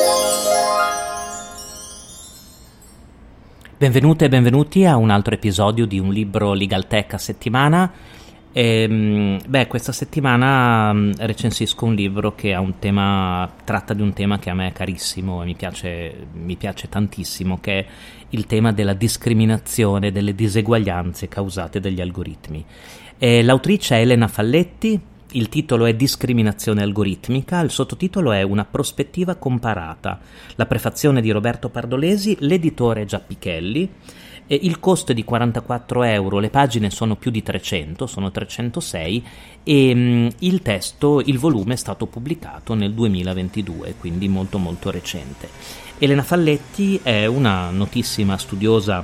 Benvenute e benvenuti a un altro episodio di Un libro Legal Tech a settimana. Questa settimana recensisco un libro che ha tratta di un tema che a me è carissimo e mi piace tantissimo, che è il tema della discriminazione, delle diseguaglianze causate dagli algoritmi. L'autrice è Elena Falletti. Il titolo è Discriminazione algoritmica, il sottotitolo è Una prospettiva comparata, la prefazione di Roberto Pardolesi, l'editore è Giappichelli, il costo è di 44 euro, le pagine sono più di 300, sono 306 e il volume è stato pubblicato nel 2022, quindi molto molto recente. Elena Falletti è una notissima studiosa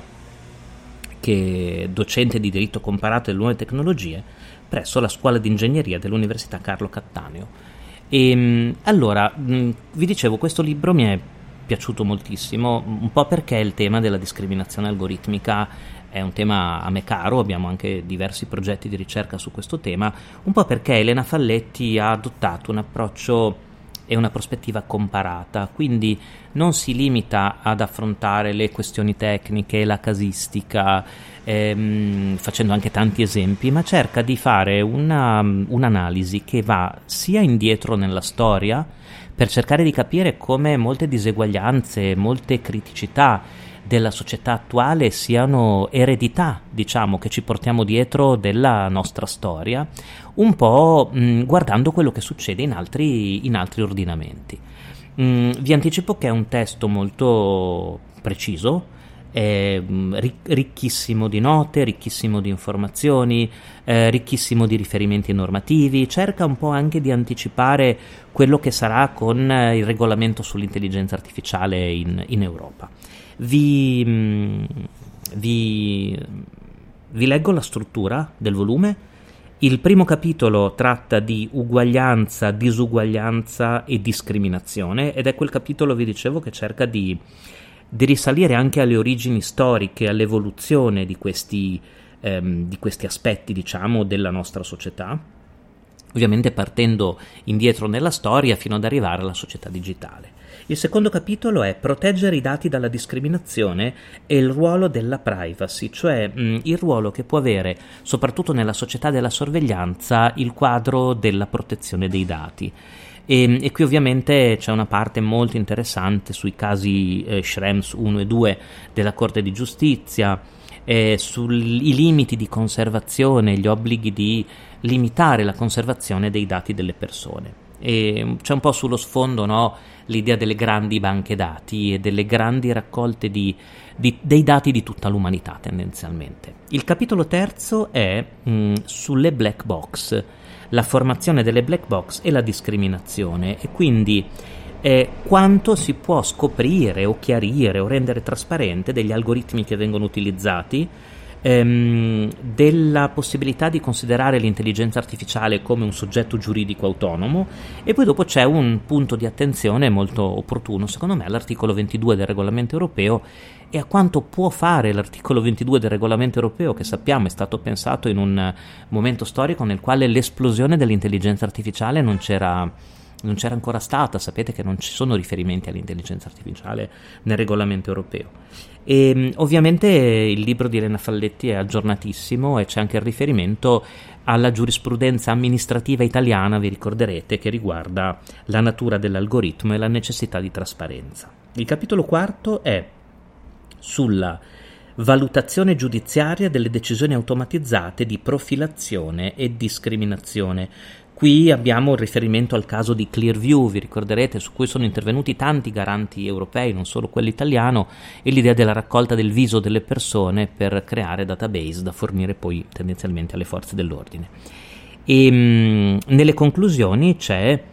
docente di diritto comparato delle nuove tecnologie presso la Scuola di Ingegneria dell'Università Carlo Cattaneo. Vi dicevo, questo libro mi è piaciuto moltissimo, un po' perché il tema della discriminazione algoritmica è un tema a me caro, abbiamo anche diversi progetti di ricerca su questo tema, un po' perché Elena Falletti ha adottato un approccio e una prospettiva comparata, quindi non si limita ad affrontare le questioni tecniche, la casistica, facendo anche tanti esempi, ma cerca di fare un'analisi che va sia indietro nella storia per cercare di capire come molte diseguaglianze, molte criticità della società attuale siano eredità, diciamo, che ci portiamo dietro della nostra storia, un po' guardando quello che succede in altri ordinamenti. Vi anticipo che è un testo molto preciso, ricchissimo di note, ricchissimo di informazioni, ricchissimo di riferimenti normativi, cerca un po' anche di anticipare quello che sarà con il regolamento sull'intelligenza artificiale in Europa. Vi leggo la struttura del volume. Il primo capitolo tratta di uguaglianza, disuguaglianza e discriminazione, ed è quel capitolo, vi dicevo, che cerca di risalire anche alle origini storiche, all'evoluzione di questi aspetti, diciamo, della nostra società, ovviamente partendo indietro nella storia fino ad arrivare alla società digitale. Il secondo capitolo è proteggere i dati dalla discriminazione e il ruolo della privacy, cioè il ruolo che può avere, soprattutto nella società della sorveglianza, il quadro della protezione dei dati. E qui ovviamente c'è una parte molto interessante sui casi Schrems 1 e 2 della Corte di Giustizia, sui limiti di conservazione, gli obblighi di limitare la conservazione dei dati delle persone. E c'è un po' sullo sfondo, no, l'idea delle grandi banche dati e delle grandi raccolte dei dati di tutta l'umanità tendenzialmente. Il capitolo terzo è sulle black box, la formazione delle black box e la discriminazione, e quindi quanto si può scoprire o chiarire o rendere trasparente degli algoritmi che vengono utilizzati, della possibilità di considerare l'intelligenza artificiale come un soggetto giuridico autonomo. E poi dopo c'è un punto di attenzione molto opportuno, secondo me, all'articolo 22 del regolamento europeo e a quanto può fare l'articolo 22 del regolamento europeo, che sappiamo è stato pensato in un momento storico nel quale l'esplosione dell'intelligenza artificiale non c'era ancora stata. Sapete che non ci sono riferimenti all'intelligenza artificiale nel regolamento europeo. E ovviamente il libro di Elena Falletti è aggiornatissimo e c'è anche il riferimento alla giurisprudenza amministrativa italiana, vi ricorderete, che riguarda la natura dell'algoritmo e la necessità di trasparenza. Il capitolo quarto è sulla valutazione giudiziaria delle decisioni automatizzate di profilazione e discriminazione. Qui abbiamo il riferimento al caso di Clearview, vi ricorderete, su cui sono intervenuti tanti garanti europei, non solo quello italiano, e l'idea della raccolta del viso delle persone per creare database da fornire poi tendenzialmente alle forze dell'ordine. E nelle conclusioni c'è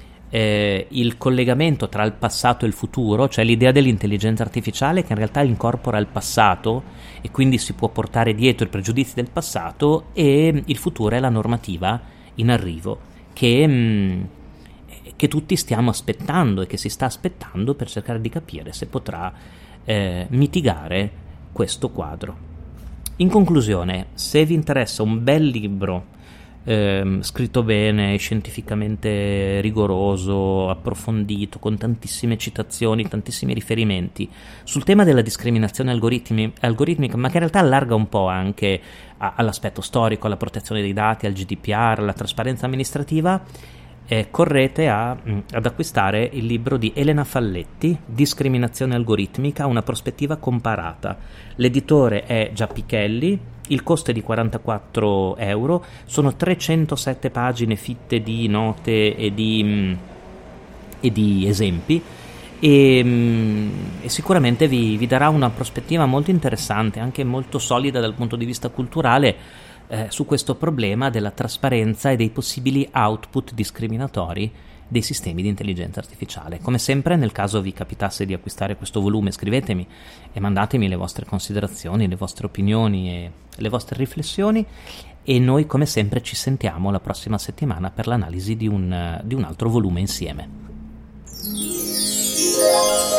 il collegamento tra il passato e il futuro, cioè l'idea dell'intelligenza artificiale che in realtà incorpora il passato e quindi si può portare dietro i pregiudizi del passato, e il futuro è la normativa in arrivo che tutti stiamo aspettando e che si sta aspettando per cercare di capire se potrà mitigare questo quadro. In conclusione, se vi interessa un bel libro scritto bene, scientificamente rigoroso, approfondito, con tantissime citazioni, tantissimi riferimenti sul tema della discriminazione algoritmica, ma che in realtà allarga un po' anche all'aspetto storico, alla protezione dei dati, al GDPR, alla trasparenza amministrativa. Correte ad acquistare il libro di Elena Falletti, Discriminazione algoritmica, una prospettiva comparata. L'editore è Giappichelli, il costo è di 44 euro, sono 307 pagine fitte di note e di esempi, e sicuramente vi darà una prospettiva molto interessante, anche molto solida dal punto di vista culturale, su questo problema della trasparenza e dei possibili output discriminatori dei sistemi di intelligenza artificiale. Come sempre, nel caso vi capitasse di acquistare questo volume, scrivetemi e mandatemi le vostre considerazioni, le vostre opinioni e le vostre riflessioni, e noi come sempre ci sentiamo la prossima settimana per l'analisi di un altro volume insieme.